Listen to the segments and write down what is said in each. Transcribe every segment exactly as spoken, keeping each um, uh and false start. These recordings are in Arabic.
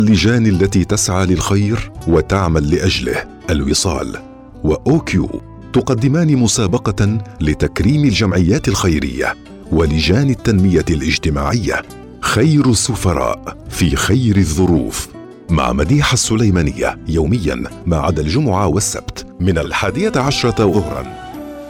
اللجان التي تسعى للخير وتعمل لأجله، الوصال وأوكيو تقدمان مسابقة لتكريم الجمعيات الخيرية ولجان التنمية الاجتماعية، خير السفراء في خير الظروف، مع مديحة السليمانية يوميا ما عدا الجمعة والسبت من الحادية عشرة ظهرا.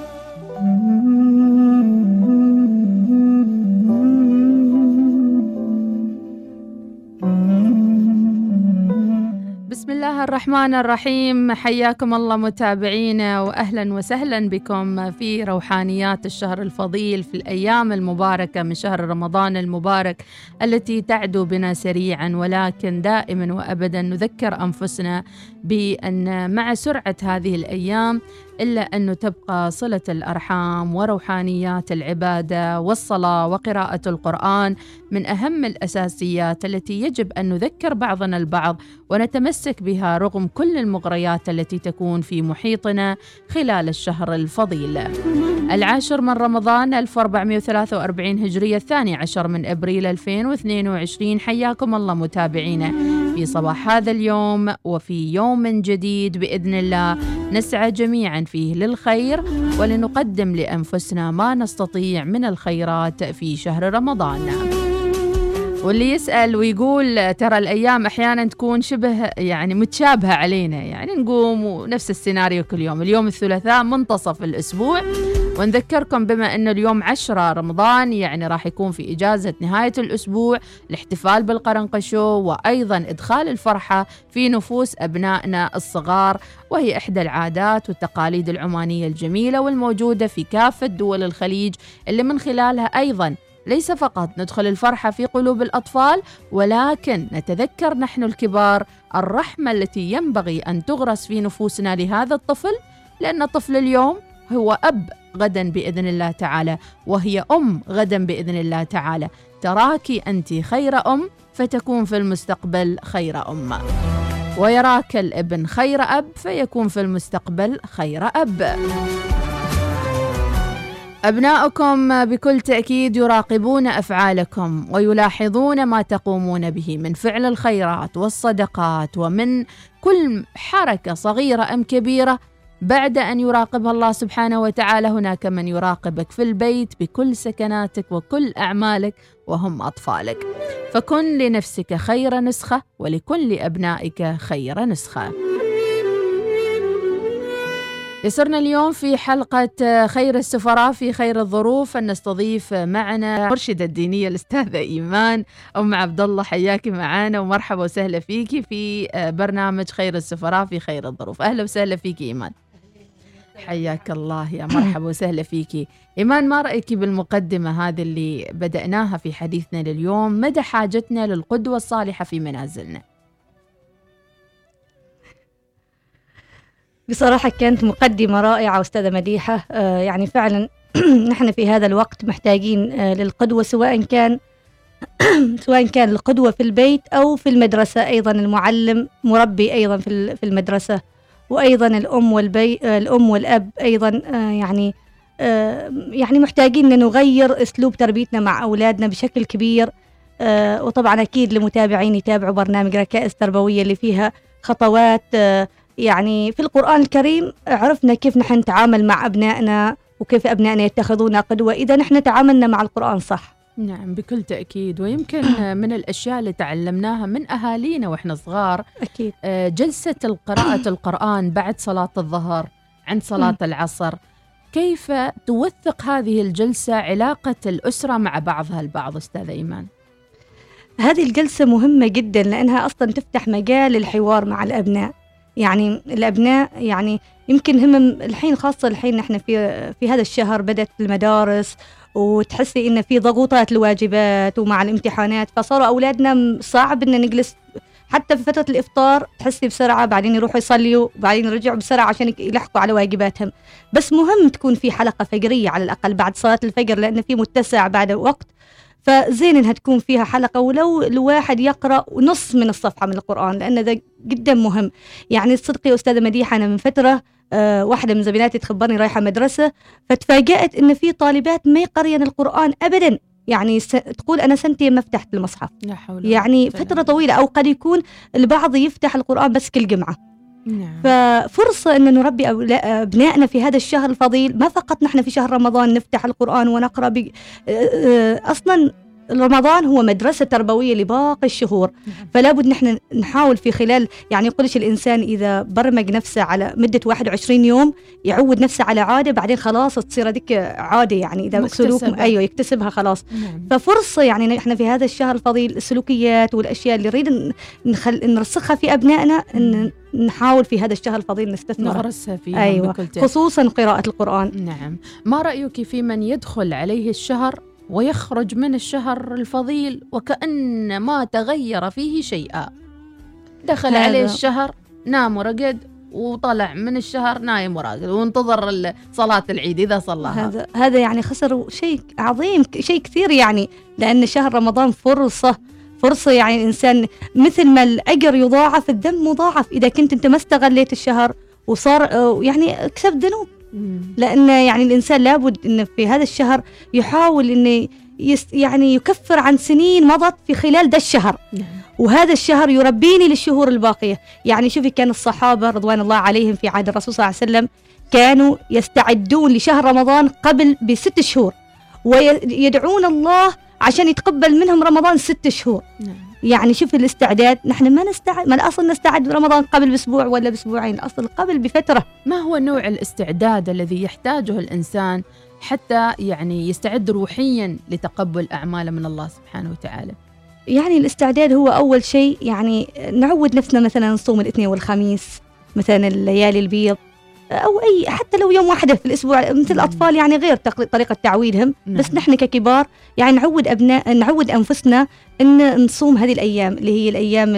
بسم الله الرحمن الرحيم، حياكم الله متابعينا وأهلا وسهلا بكم في روحانيات الشهر الفضيل في الأيام المباركة من شهر رمضان المبارك التي تعدو بنا سريعا، ولكن دائما وأبدا نذكر أنفسنا بأن مع سرعة هذه الأيام إلا أن تبقى صلة الأرحام وروحانيات العبادة والصلاة وقراءة القرآن من أهم الأساسيات التي يجب أن نذكر بعضنا البعض ونتمسك بها رغم كل المغريات التي تكون في محيطنا خلال الشهر الفضيل. العاشر من رمضان ألف وأربعمائة وثلاثة وأربعين هجرية، الثاني عشر من أبريل ألفين واثنين وعشرين. حياكم الله متابعينا في صباح هذا اليوم وفي يوم جديد بإذن الله نسعى جميعا فيه للخير ولنقدم لأنفسنا ما نستطيع من الخيرات في شهر رمضان. واللي يسأل ويقول ترى الأيام أحيانا تكون شبه يعني متشابهة علينا، يعني نقوم ونفس السيناريو كل يوم. اليوم الثلاثاء منتصف الأسبوع، ونذكركم بما أن اليوم عشرة رمضان يعني راح يكون في إجازة نهاية الأسبوع، الاحتفال بالقرنقشو وأيضا إدخال الفرحة في نفوس أبنائنا الصغار، وهي إحدى العادات والتقاليد العمانية الجميلة والموجودة في كافة دول الخليج، اللي من خلالها أيضا ليس فقط ندخل الفرحة في قلوب الأطفال، ولكن نتذكر نحن الكبار الرحمة التي ينبغي أن تغرس في نفوسنا لهذا الطفل، لأن طفل اليوم هو أب غدا بإذن الله تعالى، وهي أم غدا بإذن الله تعالى. تراكي أنت خير أم فتكون في المستقبل خير أم، ويراك الابن خير أب فيكون في المستقبل خير أب. أبناؤكم بكل تأكيد يراقبون أفعالكم ويلاحظون ما تقومون به من فعل الخيرات والصدقات ومن كل حركة صغيرة أم كبيرة. بعد أن يراقبها الله سبحانه وتعالى هناك من يراقبك في البيت بكل سكناتك وكل أعمالك وهم أطفالك، فكن لنفسك خير نسخة ولكل أبنائك خير نسخة. يسرنا اليوم في حلقة خير السفراء في خير الظروف أن نستضيف معنا مرشدة الدينية الأستاذة إيمان أم عبد الله. حياكي معنا ومرحبا وسهلا فيكي في برنامج خير السفراء في خير الظروف. أهلا وسهلا فيكي إيمان. حياك الله، يا مرحبا وسهلا فيكي إيمان. ما رأيك بالمقدمة هذه اللي بدأناها في حديثنا لليوم؟ مدى حاجتنا للقدوة الصالحة في منازلنا؟ بصراحة كانت مقدمة رائعة أستاذة مديحة. آه يعني فعلا نحن في هذا الوقت محتاجين آه للقدوة، سواء كان سواء كان القدوة في البيت أو في المدرسة، أيضا المعلم مربي أيضا في في المدرسة، وأيضا الأم والبي آه الأم والأب أيضا. آه يعني آه يعني محتاجين أن نغير أسلوب تربيتنا مع أولادنا بشكل كبير. آه وطبعا أكيد لمتابعين يتابعوا برنامج ركائز تربوية اللي فيها خطوات. آه يعني في القرآن الكريم عرفنا كيف نحن نتعامل مع أبنائنا وكيف أبنائنا يتخذون قدوة إذا نحن تعاملنا مع القرآن صح. نعم بكل تأكيد، ويمكن من الأشياء اللي تعلمناها من أهالينا وإحنا صغار أكيد جلسة القراءة القرآن بعد صلاة الظهر عند صلاة العصر. كيف توثق هذه الجلسة علاقة الأسرة مع بعضها البعض أستاذة إيمان؟ هذه الجلسة مهمة جدا لأنها أصلا تفتح مجال للحوار مع الأبناء. يعني الأبناء يعني يمكن هم الحين، خاصة الحين نحن في في هذا الشهر بدأت المدارس وتحسي إن في ضغوطات الواجبات ومع الامتحانات، فصاروا أولادنا صعب إن نجلس حتى في فترة الإفطار، تحسي بسرعة بعدين يروحوا يصليوا بعدين يرجعوا بسرعة عشان يلحقوا على واجباتهم. بس مهم تكون في حلقة فجرية على الأقل بعد صلاة الفجر، لأن في متسع بعد وقت، فزين إنها تكون فيها حلقة ولو الواحد يقرأ نص من الصفحة من القرآن، لأن ذا جدا مهم. يعني الصدق يا أستاذة مديحة، أنا من فترة أه واحدة من زميلاتي تخبرني رايحة مدرسة، فتفاجأت إن في طالبات ما يقرين القرآن أبدا، يعني س... تقول أنا سنتين ما فتحت المصحف، لا حول يعني ولا قوة فترة طويلة. أو قد يكون البعض يفتح القرآن بس كل جمعة. نعم. ففرصة أن نربي أبنائنا في هذا الشهر الفضيل. ما فقط نحن في شهر رمضان نفتح القرآن ونقرأ ب... أصلا رمضان هو مدرسة تربوية لباقي الشهور. فلا بد نحن نحاول في خلال، يعني يقولش الإنسان إذا برمج نفسه على مدة واحد وعشرين يوم يعود نفسه على عادة، بعدين خلاص تصير هذيك عادة، يعني إذا سلوك أيوة يكتسبها خلاص. نعم. ففرصة يعني نحن في هذا الشهر الفضيل السلوكيات والأشياء اللي نريد نخل... نرسخها في أبنائنا، إن نحاول في هذا الشهر الفضيل نستثمر نغرسها فيها. أيوة. خصوصا قراءة القرآن. نعم. ما رأيك في من يدخل عليه الشهر ويخرج من الشهر الفضيل وكأن ما تغير فيه شيئا؟ دخل عليه الشهر نام ورقد، وطلع من الشهر نايم وراقد، وانتظر صلاة العيد إذا صلاها. هذا هذا يعني خسر شيء عظيم، شيء كثير يعني. لأن شهر رمضان فرصة فرصة يعني الإنسان مثل ما الأجر يضاعف الذنب مضاعف إذا كنت أنت ما استغليت الشهر وصار يعني كسبت ذنوب. لأن يعني الإنسان لابد أن في هذا الشهر يحاول أن يعني يكفر عن سنين مضت في خلال ده الشهر. وهذا الشهر يربيني للشهور الباقية. يعني شوفي كان الصحابة رضوان الله عليهم في عهد الرسول صلى الله عليه وسلم كانوا يستعدون لشهر رمضان قبل بست شهور، ويدعون الله عشان يتقبل منهم رمضان ست شهور. يعني شوف الاستعداد. نحن ما نستعد، ما الأصل نستعد رمضان قبل بأسبوع ولا بأسبوعين، الأصل قبل بفترة. ما هو نوع الاستعداد الذي يحتاجه الإنسان حتى يعني يستعد روحيا لتقبل أعماله من الله سبحانه وتعالى؟ يعني الاستعداد هو أول شيء يعني نعود نفسنا مثلا نصوم الاثنين والخميس، مثلا الليالي البيض، أو أي حتى لو يوم واحدة في الأسبوع. مثل الأطفال يعني غير طريقة تعويدهم، بس نحن ككبار يعني نعود أبناء نعود أنفسنا أن نصوم هذه الأيام اللي هي الأيام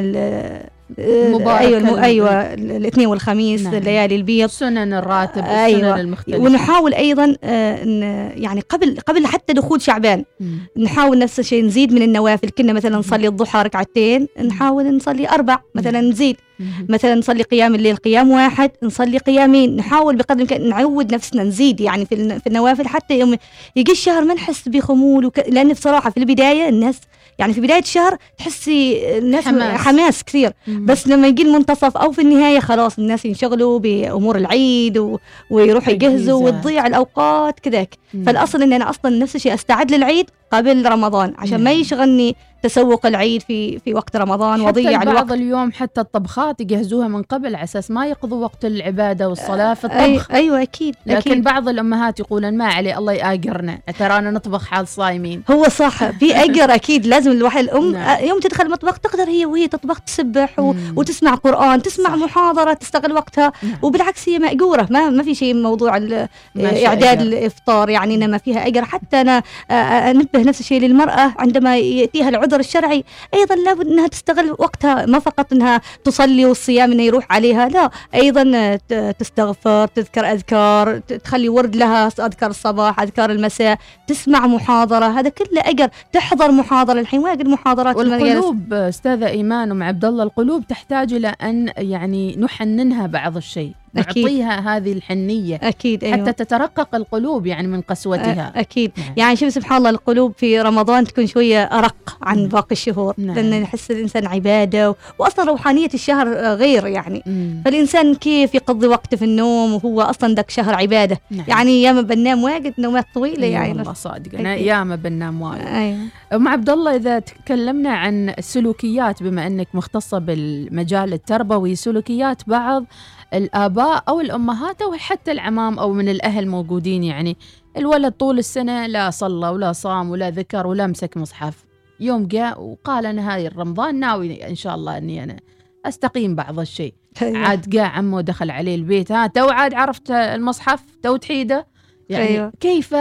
المباركة. أيوة, الم... أيوة الاثنين والخميس. نعم. الليالي البيض، سنن الراتب. أيوة. السنن المختلفة. ونحاول أيضا آه يعني قبل قبل حتى دخول شعبان مم. نحاول نفس الشيء نزيد من النوافل. كنا مثلا نصلي الضحى ركعتين، نحاول نصلي أربع مثلا، نزيد مثلا نصلي قيام الليل قيام واحد، نصلي قيامين. نحاول بقدر الإمكان نعود نفسنا نزيد يعني في في النوافل حتى يوم يجي الشهر ما نحس بخمول وك... لأن بصراحة في البداية الناس يعني في بداية الشهر تحسي الناس حماس, حماس كثير. مم. بس لما يجي المنتصف أو في النهاية خلاص الناس ينشغلوا بأمور العيد و... ويروحوا يجهزوا وتضيع الأوقات كذاك. فالأصل إن أنا أصلا نفس الشيء أستعد للعيد قبل رمضان عشان مم. ما يشغلني تسوق العيد في في وقت رمضان وضيع الوقت. بعض اليوم حتى الطبخات يجهزوها من قبل على اساس ما يقضوا وقت العباده والصلاه في الطبخ. أي ايوه اكيد. لكن أكيد. بعض الامهات يقولن ما عليه الله ياجرنا، ترانا نطبخ حال صايمين. هو صح في اجر اكيد. لازم الواحد الام نعم. يوم تدخل المطبخ تقدر هي وهي تطبخ تسبح و... وتسمع قران، تسمع صح. محاضره، تستغل وقتها. نعم. وبالعكس هي ماجوره، ما ما في شيء موضوع اعداد الافطار يعني انما فيها اجر. حتى انا انبه نفس الشيء للمراه عندما ياتيها العذر الشرعي أيضا لابد أنها تستغل وقتها، ما فقط أنها تصلي والصيام أنه يروح عليها، لا أيضا تستغفر، تذكر أذكار، تخلي ورد لها أذكار الصباح أذكار المساء، تسمع محاضرة، هذا كله أجر. تحضر محاضرة الحين واجد محاضرات. والقلوب أستاذة إيمان ومع عبد الله القلوب تحتاج إلى أن يعني نحننها بعض الشيء، نعطيها هذه الحنية أكيد. أيوة. حتى حتى تترقق القلوب يعني من قسوتها. أكيد. نعم. يعني شوف سبحان الله القلوب في رمضان تكون شوية أرق عن نعم. باقي الشهور. نعم. لأن نحس الإنسان عبادة وأصلا روحانية الشهر غير يعني. مم. فالإنسان كيف يقضي وقته في النوم وهو أصلا ذاك شهر عبادة. نعم. يعني ياما بننام واجد نومات طويلة يعني. والله صادق أنا ياما بننام واجد. أيوة. مع عبد الله إذا تكلمنا عن السلوكيات بما أنك مختصة بالمجال التربوي، سلوكيات بعض الآباء أو الأمهات أو حتى العمام أو من الأهل موجودين، يعني الولد طول السنة لا صلى ولا صام ولا ذكر ولا مسك مصحف، يوم جاء وقال أنا هاي رمضان ناوي إن شاء الله أني أنا أستقيم بعض الشيء. عاد جاء عمه دخل عليه البيت، ها تو عاد عرفت المصحف تو تحيده يعني. أيوة. كيف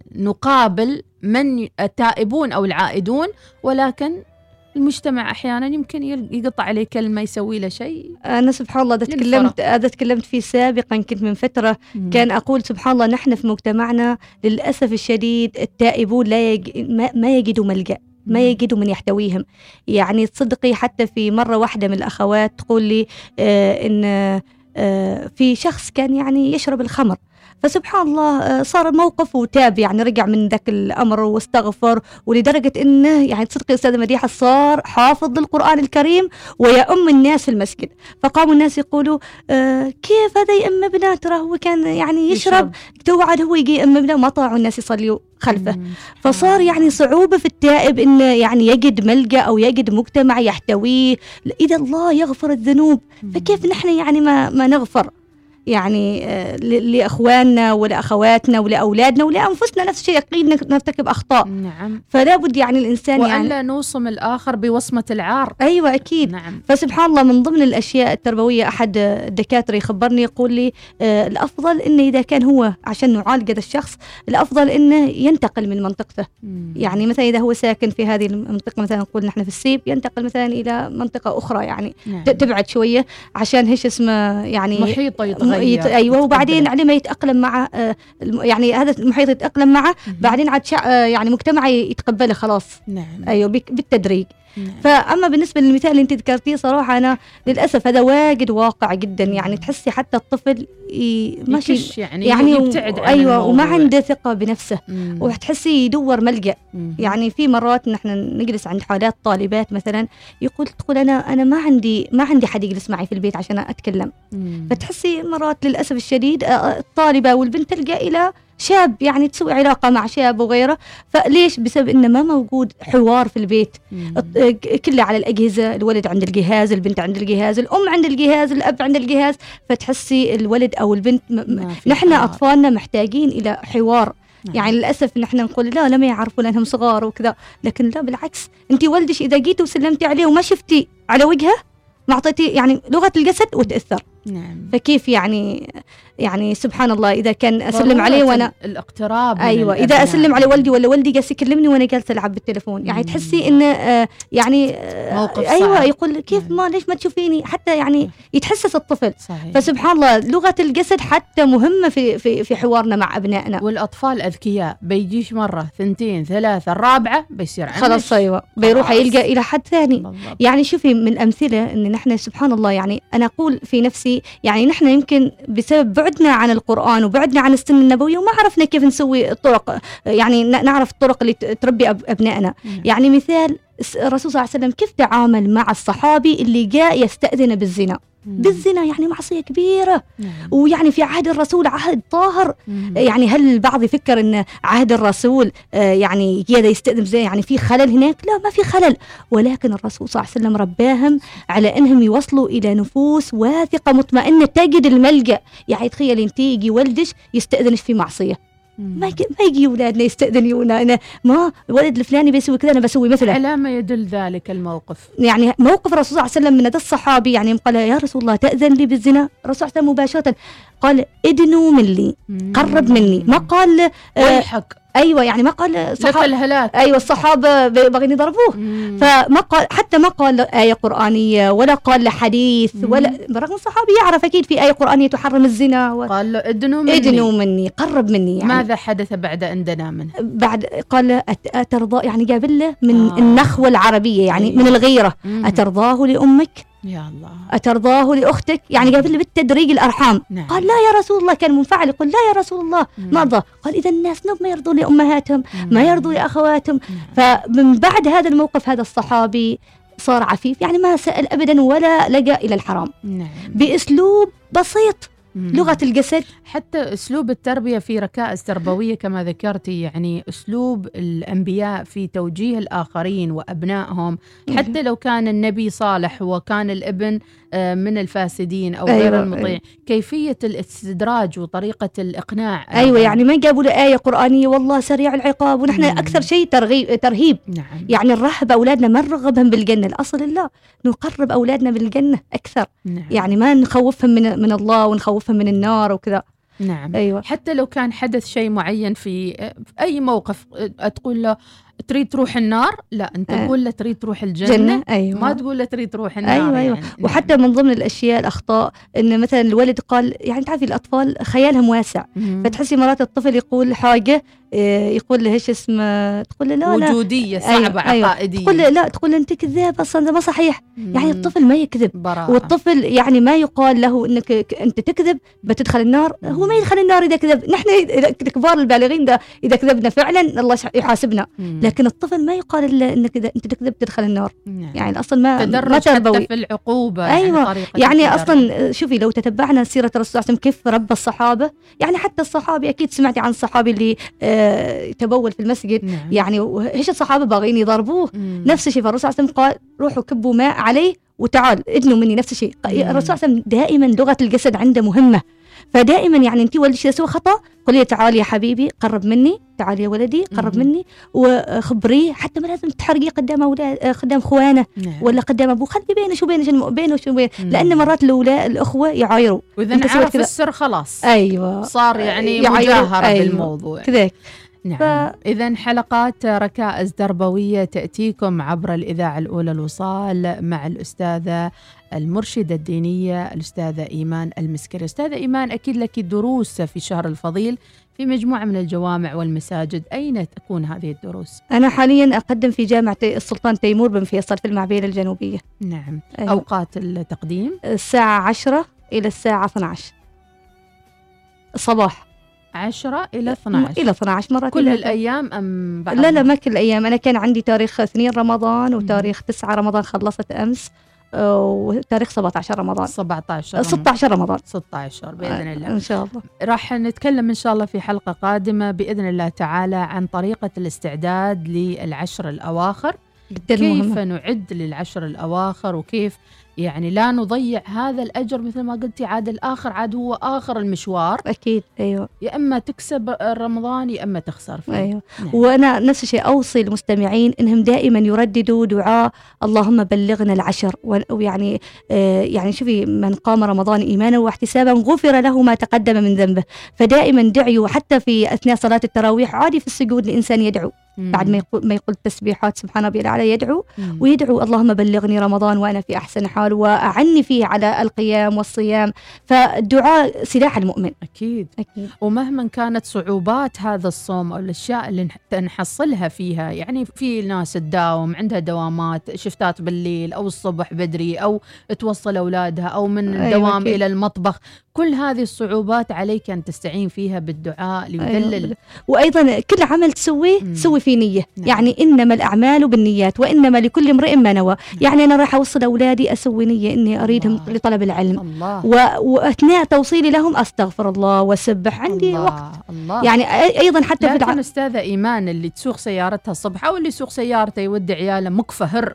نقابل من التائبون أو العائدون ولكن المجتمع أحيانا يمكن يقطع عليه كلمة يسوي له شيء. أنا سبحان الله هذا تكلمت هذا تكلمت فيه سابقا، كنت من فترة مم. كان أقول سبحان الله نحن في مجتمعنا للأسف الشديد التائبون لا يج... ما... ما يجدوا ملجأ، ما يجدوا من يحتويهم. يعني تصدقي حتى في مرة واحدة من الأخوات تقول لي آه إن آه في شخص كان يعني يشرب الخمر، فسبحان الله صار الموقف وتاب، يعني رجع من ذاك الأمر واستغفر، ولدرجة إنه يعني صدق أستاذة مديحة صار حافظ للقرآن الكريم ويأم الناس في المسجد. فقاموا الناس يقولوا آه كيف هذا يأم ابنه، ترى هو كان يعني يشرب توعد هو يجي يأم ابنه، وما طاعوا الناس يصلوا خلفه. فصار يعني صعوبة في التائب إنه يعني يجد ملجأ أو يجد مجتمع يحتويه. إذا الله يغفر الذنوب فكيف نحن يعني ما ما نغفر يعني لأخواننا ولأخواتنا ولأولادنا ولأنفسنا نفس الشيء، أكيد نرتكب أخطاء. نعم. فلا بد يعني الإنسان وألا يعني وألا نوصم الآخر بوصمة العار. أيوة أكيد. نعم. فسبحان الله من ضمن الأشياء التربوية أحد الدكاترة يخبرني يقول لي آه الأفضل إنه إذا كان هو عشان نعالج هذا الشخص الأفضل إنه ينتقل من منطقته. مم. يعني مثلا إذا هو ساكن في هذه المنطقة، مثلا نقول نحن في السيب، ينتقل مثلا إلى منطقة أخرى يعني نعم. تبعد شوية عشان هيش اسمه يعني محيطه يتغير. يت... أيوة. وبعدين عليه ما يتأقلم مع آه يعني هذا المحيط يتأقلم معه، بعدين عاد شع... آه يعني مجتمع يتقبله خلاص. نعم. أيوة بالتدريج. نعم. فأما بالنسبة للمثال اللي انت ذكرتيه صراحة أنا للأسف هذا واجد واقع جدا، يعني تحسي حتى الطفل ماشي يعني, يعني يبتعد عن أيوة الموضوع. وما عنده ثقة بنفسه. مم. وتحسي يدور ملجأ. مم. يعني في مرات نحن نجلس عند حالات طالبات مثلا يقول تقول أنا أنا ما عندي ما عندي حد يجلس معي في البيت عشان أتكلم. مم. فتحسي مرات للأسف الشديد الطالبة والبنت تلقى إلى شاب يعني تسوي علاقة مع شاب وغيره. فليش؟ بسبب إنه ما موجود حوار في البيت. كله على الأجهزة، الولد عند الجهاز، البنت عند الجهاز، الأم عند الجهاز، الأب عند الجهاز. فتحسي الولد أو البنت م- نحن حوار. أطفالنا محتاجين إلى حوار. نعم. يعني للأسف نحن نقول لا لما يعرفوا لأنهم صغار وكذا، لكن لا بالعكس، أنت ولدش إذا جيتي وسلمتي عليه وما شفتي على وجهه ما أعطيتي يعني لغة الجسد وتأثر. نعم. فكيف يعني يعني سبحان الله إذا كان أسلم عليه وأنا الاقتراب أيوة إذا أسلم على والدي ولا والدي جالس يكلمني وأنا جالسة ألعب بالتليفون، يعني تحسي إنه آه يعني آه موقف أيوة صعب. يقول كيف ما ليش ما تشوفيني حتى يعني يتحسس الطفل. صحيح. فسبحان الله لغة الجسد حتى مهمة في في في حوارنا مع أبنائنا. والأطفال أذكياء، بيجيش مرة ثنتين ثلاثة الرابعة بيصير خلاص أيوة بيروح يلقى إلى حد ثاني. بالضبط. يعني شوفي من الأمثلة إن نحن سبحان الله يعني أنا أقول في نفسي يعني نحن يمكن بسبب بعدنا عن القرآن وبعدنا عن السنة النبوية وما عرفنا كيف نسوي الطرق، يعني نعرف الطرق اللي تربي أبنائنا. يعني مثال الرسول صلى الله عليه وسلم كيف تعامل مع الصحابي اللي جاء يستأذن بالزنا. بالزنا يعني معصية كبيرة. مم. ويعني في عهد الرسول عهد طاهر. مم. يعني هل البعض يفكر ان عهد الرسول آه يعني هذا يستأذن زي يعني في خلل هناك؟ لا ما في خلل، ولكن الرسول صلى الله عليه وسلم رباهم على انهم يوصلوا الى نفوس واثقة مطمئنة تجد الملجأ. يعني تخيل انت يجي ولدش يستأذنش في معصية، ما ما يجي أولادنا يستأذنونا أنا ما الولد الفلاني بيسوي كذا أنا بسوي مثله. على ما يدل ذلك الموقف، يعني موقف الرسول صلى الله عليه وسلم من هذا الصحابي يعني قال يا رسول الله تأذن لي بالزنا؟ الرسول صلى الله عليه وسلم مباشرة قال ادنوا مني، قرب مني، ما قال ويحك. أيوة يعني ما قال صحابة الهلاك. أيوة الصحابة بغين يضربوه. مم. فما قال حتى ما قال آية قرآنية ولا قال حديث. مم. ولا برغم الصحابي يعرف أكيد في آية قرآنية تحرم الزنا و... قال له ادنوا مني ادنوا مني قرب مني. يعني ماذا حدث بعد أن دنا منه؟ بعد قال أترضى يعني جاب له من آه. النخوة العربية يعني أيوة. من الغيرة. مم. أترضاه لأمك؟ يا الله. أترضاه لأختك؟ يعني قابل له بالتدريج الأرحام. نعم. قال لا يا رسول الله، كان منفعل يقول لا يا رسول الله ما أرضى. قال إذا الناس نوب ما يرضوا لأمهاتهم. مم. ما يرضوا لأخواتهم. مم. فمن بعد هذا الموقف هذا الصحابي صار عفيف، يعني ما سأل أبدا ولا لجأ إلى الحرام. نعم. بأسلوب بسيط. مم. لغة الجسد، حتى أسلوب التربية في ركائز تربوية كما ذكرتي، يعني أسلوب الأنبياء في توجيه الآخرين وأبنائهم. حتى لو كان النبي صالح وكان الابن من الفاسدين أو غير أيوة المطيع. أيوة. كيفية الاستدراج وطريقة الإقناع. أيوة يعني ما جابوا له آية قرآنية والله سريع العقاب ونحن مم. أكثر شيء ترغيب ترهيب. نعم. يعني نرهب أولادنا ما نرغبهم بالجنة، الأصل الله نقرب أولادنا بالجنة أكثر. نعم. يعني ما نخوفهم من من الله ونخوفهم من النار وكذا. نعم. أيوة. حتى لو كان حدث شيء معين في أي موقف تقول له تريد تروح النار، لا أنت آه. تقول له تريد تروح الجنة. جنة. أيوة. ما تقول له تريد تروح النار. أيوة أيوة. يعني. وحتى من ضمن الأشياء الأخطاء إن مثلا الولد قال، يعني تعرفي الأطفال خيالهم واسع، مم. فتحسي مرات الطفل يقول حاجة يقول له ايش اسمه، تقول له لا لا وجودية صعبة. أيوة. عقائدية. تقول له لا، تقول له انت كذاب اصلا، ده ما صحيح. مم. يعني الطفل ما يكذب. براءة. والطفل يعني ما يقال له انك انت تكذب بتدخل النار. مم. هو ما يدخل النار اذا كذب، نحن الكبار البالغين ده اذا كذبنا فعلا الله يحاسبنا. مم. لكن الطفل ما يقال انك اذا انت تكذب تدخل النار. مم. يعني اصلا ما تدرج ما حتى في العقوبة. ايوه يعني, يعني اصلا شوفي لو تتبعنا سيرة الرسول صلى الله عليه وسلم كيف ربى الصحابة، يعني حتى الصحابي اكيد سمعتي عن الصحابي اللي آه تبول في المسجد. نعم. يعني ايش الصحابه باغين يضربوه. مم. نفس الشيء، فالرسول صلى الله عليه وسلم قال روحوا كبوا ماء عليه وتعال ادنوا مني. نفس الشيء الرسول صلى الله عليه وسلم دائما لغه الجسد عنده مهمه، فدائما يعني انت ولدك اذا سوى خطا قولي تعال يا حبيبي قرب مني، تعال يا ولدي قرب مم. مني وخبريه، حتى ما لازم تحرقيه قدام اولاد قدام اخوانه. نعم. ولا قدام ابوه، خلي بينه شو بينه شو بينه شو بينه، لان مرات الاولاد الاخوه يعايروا، واذا عرف السر خلاص. ايوه صار يعني مجاهره. أيوة. بالموضوع كذا. نعم. ف... إذن حلقات ركائز دربوية تأتيكم عبر الإذاعة الأولى الوصال مع الأستاذة المرشدة الدينية الأستاذة إيمان المسكري. أستاذة إيمان، أكيد لك دروس في شهر الفضيل في مجموعة من الجوامع والمساجد، أين تكون هذه الدروس؟ أنا حاليا أقدم في جامعة السلطان تيمور بن فيصل في المعبير الجنوبية. نعم. أيوة. أوقات التقديم الساعة عشرة إلى الساعة اثني عشر الصباح. عشرة إلى اثني عشر إلى اثني عشر مرات. كل الأيام أم بعض؟ لا لا ما كل الأيام. أنا كان عندي تاريخ اثنين رمضان وتاريخ تسعة رمضان خلصت أمس، وتاريخ سبعة عشر رمضان. سبعة عشر ستة عشر رمضان. ستة عشر بإذن الله. إن شاء الله. راح نتكلم إن شاء الله في حلقة قادمة بإذن الله تعالى عن طريقة الاستعداد للعشر الأواخر. كيف مهمة. نعد للعشر الأواخر، وكيف يعني لا نضيع هذا الأجر مثل ما قلتي. عاد الآخر عاد هو آخر المشوار. أكيد. أيوة. يا إما تكسب رمضان يا إما تخسر فيه. أيوة. نعم. وأنا نفس الشيء أوصي المستمعين إنهم دائما يرددوا دعاء اللهم بلغنا العشر. ويعني آه يعني شوفي من قام رمضان إيمانا واحتسابا غفر له ما تقدم من ذنبه. فدائما دعيوا، حتى في أثناء صلاة التراويح عادي في السجود الإنسان يدعو. مم. بعد ما يقول, ما يقول التسبيحات سبحان ربي الأعلى يدعو. مم. ويدعو اللهم بلغني رمضان وأنا في أحسن حال وأعني فيه على القيام والصيام. فالدعاء سلاح المؤمن. أكيد. أكيد. ومهما كانت صعوبات هذا الصوم أو الأشياء اللي نحصلها فيها، يعني في ناس تداوم عندها دوامات شفتات بالليل أو الصبح بدري أو توصل أولادها أو من الدوام. أيوة. إلى المطبخ، كل هذه الصعوبات عليك أن تستعين فيها بالدعاء ليذلل. أيوة. وأيضا كل عمل تسويه تسوي فيه نية. نعم. يعني إنما الأعمال بالنيات وإنما لكل امرئ ما نوى. نعم. يعني أنا راح أوصل أولادي أسوي نية إني أريدهم الله. لطلب العلم. الله. و... وأثناء توصيلي لهم أستغفر الله وأسبح عندي الله. وقت الله. يعني أيضا حتى لكن في الع... أستاذة إيمان اللي تسوق سيارتها الصبح أو اللي يسوق سيارته يودي عياله مكفهر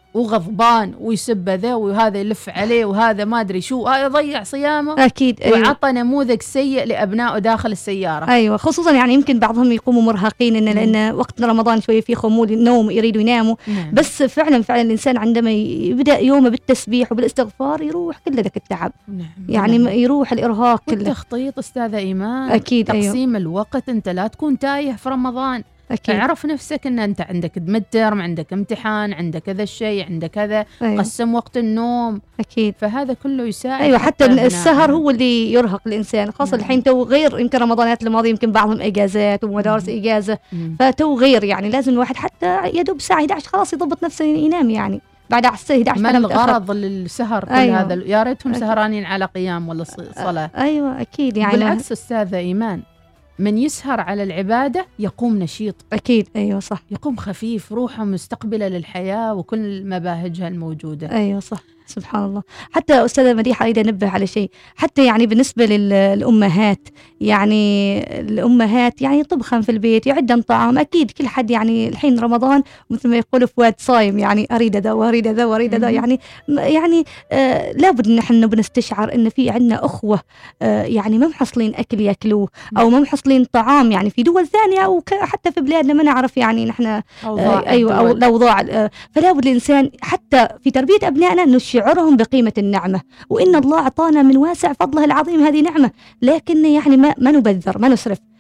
وغضبان ويسب ذا وهذا يلف عليه وهذا ما أدري شو، هذا يضيع صيامه. أكيد. أيوة. وعطى نموذج سيء لأبنائه داخل السيارة. أيوة. خصوصا يعني يمكن بعضهم يقوموا مرهقين إن لأن وقت رمضان شوية فيه خمول النوم يريدوا يناموا. مم. بس فعلا فعلا الإنسان عندما يبدأ يومه بالتسبيح وبالاستغفار يروح كل ذاك التعب. مم. يعني مم. يروح الإرهاق كله. والتخطيط أستاذة إيمان. أكيد. تقسيم. أيوة. الوقت، أنت لا تكون تايه في رمضان. أكيد. اعرف نفسك ان انت عندك مدترم، عندك امتحان، عندك كذا الشيء، عندك كذا. أيوة. قسم وقت النوم. اكيد. فهذا كله يساعد. ايوه. حتى, حتى السهر هو اللي يرهق الانسان، خاصه نعم. الحين تو غير يمكن رمضانات الماضيه يمكن بعضهم اجازات ومدارس مم. اجازه. مم. فتو غير يعني لازم الواحد حتى يدوب الساعه احد عشر خلاص يضبط نفسه ينام يعني بعد الساعه احد عشر. ما الغرض للسهر كل أيوة. هذا يا ريتهم سهرانين على قيام ولا صلاه. ايوه اكيد. يعني بالعكس استاذه ايمان، من يسهر على العبادة يقوم نشيط. أكيد. أيوة صح. يقوم خفيف، روحه مستقبلة للحياة وكل مباهجها الموجودة. أيوة صح. سبحان الله. حتى أستاذة مديحة أريد أنبه على شيء، حتى يعني بالنسبة للأمهات، يعني الأمهات يعني طبخا في البيت يعدن طعام. أكيد كل حد يعني الحين رمضان مثل ما يقول فؤاد صايم، يعني أريد ذا وأريد ذا وأريد ذا. يعني يعني آه لابد نحن بنستشعر إن في عندنا أخوة آه يعني ما محصلين أكل يأكلوه أو ما محصلين طعام يعني في دول ثانية أو حتى في بلادنا ما نعرف يعني نحن آه أيوة أو الأوضاع. آه فلابد الإنسان حتى في تربية أبنائنا نشعرهم بقيمة النعمة، وإن الله أعطانا من واسع فضله العظيم هذه نعمة، لكن يعني ما, ما نبذر ما نسرف.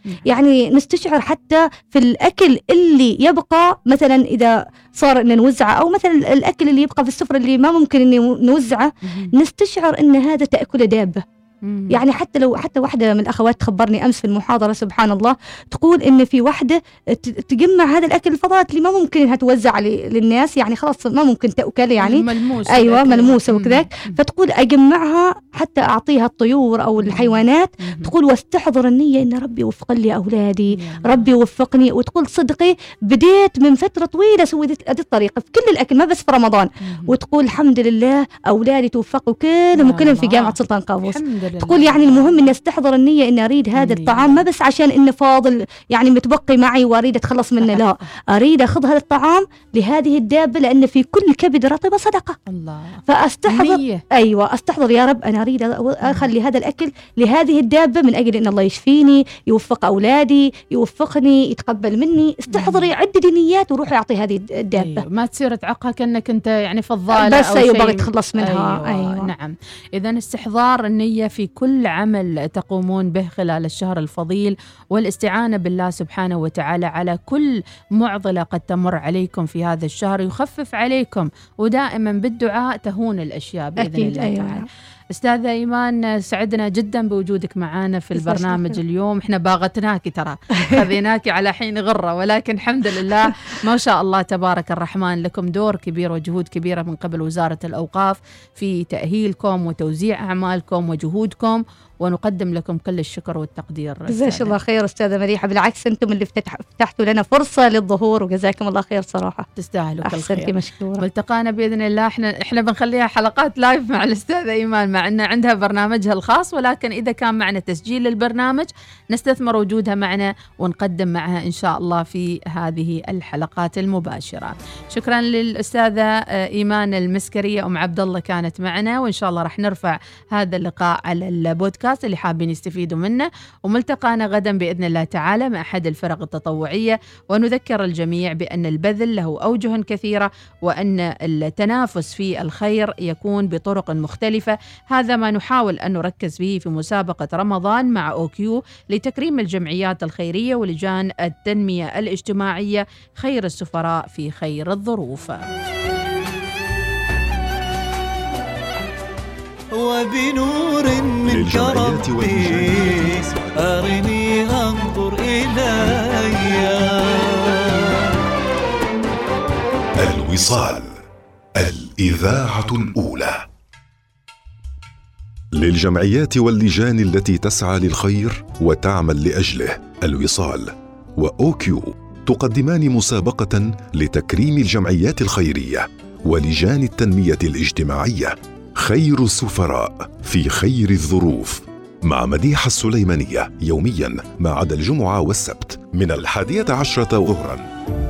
يعني نستشعر حتى في الأكل اللي يبقى، مثلا إذا صار إن نوزعه، أو مثلا الأكل اللي يبقى في السفرة اللي ما ممكن إن نوزعه، نستشعر إن هذا تأكل دابة. يعني حتى لو حتى واحدة من الأخوات تخبرني أمس في المحاضرة سبحان الله، تقول إن في واحدة تجمع هذا الأكل الفضلات اللي ما ممكن إنها توزع للناس، يعني خلاص ما ممكن تأكل، يعني ملموسة، أيوة ملموسة وكذاك، فتقول أجمعها حتى أعطيها الطيور أو الحيوانات، تقول واستحضر النية إن ربي وفق لي أولادي، ربي وفقني. وتقول صدقي بديت من فترة طويلة سويت هذه الطريقة في كل الأكل ما بس في رمضان، وتقول الحمد لله أولادي توفقوا كلهم وكلهم في جامعة سلطان قابوس. تقول يعني المهم إني استحضر النية إن أريد هذا الطعام ما بس عشان إنه فاضل يعني متبقي معي وأريد أتخلص منه، لا، أريد أخذ هذا الطعام لهذه الدابة، لأن في كل كبد رطبة صدقة. الله. فأستحضر نية. أيوة أستحضر يا رب أنا أريد أخلي هذا الأكل لهذه الدابة من أجل إن الله يشفيني، يوفق أولادي، يوفقني، يتقبل مني. استحضري عددي نيات وروحي أعطي هذه الدابة. أيوة. ما تصير تعقها كأنك أنت يعني فضالة بس أو أيوة شيء بغي تخلص منها. أيوة. أيوة. نعم. إذن استحضار النية في كل عمل تقومون به خلال الشهر الفضيل، والاستعانة بالله سبحانه وتعالى على كل معضلة قد تمر عليكم في هذا الشهر، يخفف عليكم، ودائما بالدعاء تهون الأشياء بإذن الله أيوة. تعالى. أستاذة إيمان سعدنا جدا بوجودك معنا في البرنامج اليوم. احنا باغتناك ترى خذيناك على حين غرة، ولكن الحمد لله ما شاء الله تبارك الرحمن لكم دور كبير وجهود كبيرة من قبل وزارة الأوقاف في تأهيلكم وتوزيع أعمالكم وجهودكم، ونقدم لكم كل الشكر والتقدير. جزاك الله خير أستاذة مديحة، بالعكس أنتم اللي فتحتوا لنا فرصة للظهور، وجزاكم الله خير صراحة. تستاهلوا كل خير. أحسنتي مشكورة. ملتقانا بإذن الله. احنا احنا بنخليها حلقات لايف مع الأستاذة إيمان، مع أن عندها برنامجها الخاص، ولكن إذا كان معنا تسجيل للبرنامج نستثمر وجودها معنا ونقدم معها إن شاء الله في هذه الحلقات المباشرة. شكرا للأستاذة إيمان المسكرية أم عبد الله كانت معنا، وإن شاء الله رح نرفع هذا اللقاء على البودكاست اللي حابين يستفيدوا منه. وملتقانا غدا بإذن الله تعالى مع أحد الفرق التطوعية، ونذكر الجميع بأن البذل له أوجه كثيرة، وأن التنافس في الخير يكون بطرق مختلفة. هذا ما نحاول أن نركز به في مسابقة رمضان مع أوكيو لتكريم الجمعيات الخيرية ولجان التنمية الاجتماعية، خير السفراء في خير الظروف. وبنور منك ربي أرني أنظر إلي. الوصال، الإذاعة الأولى. للجمعيات واللجان التي تسعى للخير وتعمل لأجله، الوصال وأوكيو تقدمان مسابقة لتكريم الجمعيات الخيرية ولجان التنمية الاجتماعية، خير السفراء في خير الظروف، مع مديحة السليمانية يومياً ما عدا الجمعة والسبت من الحادية عشرة ظهراً.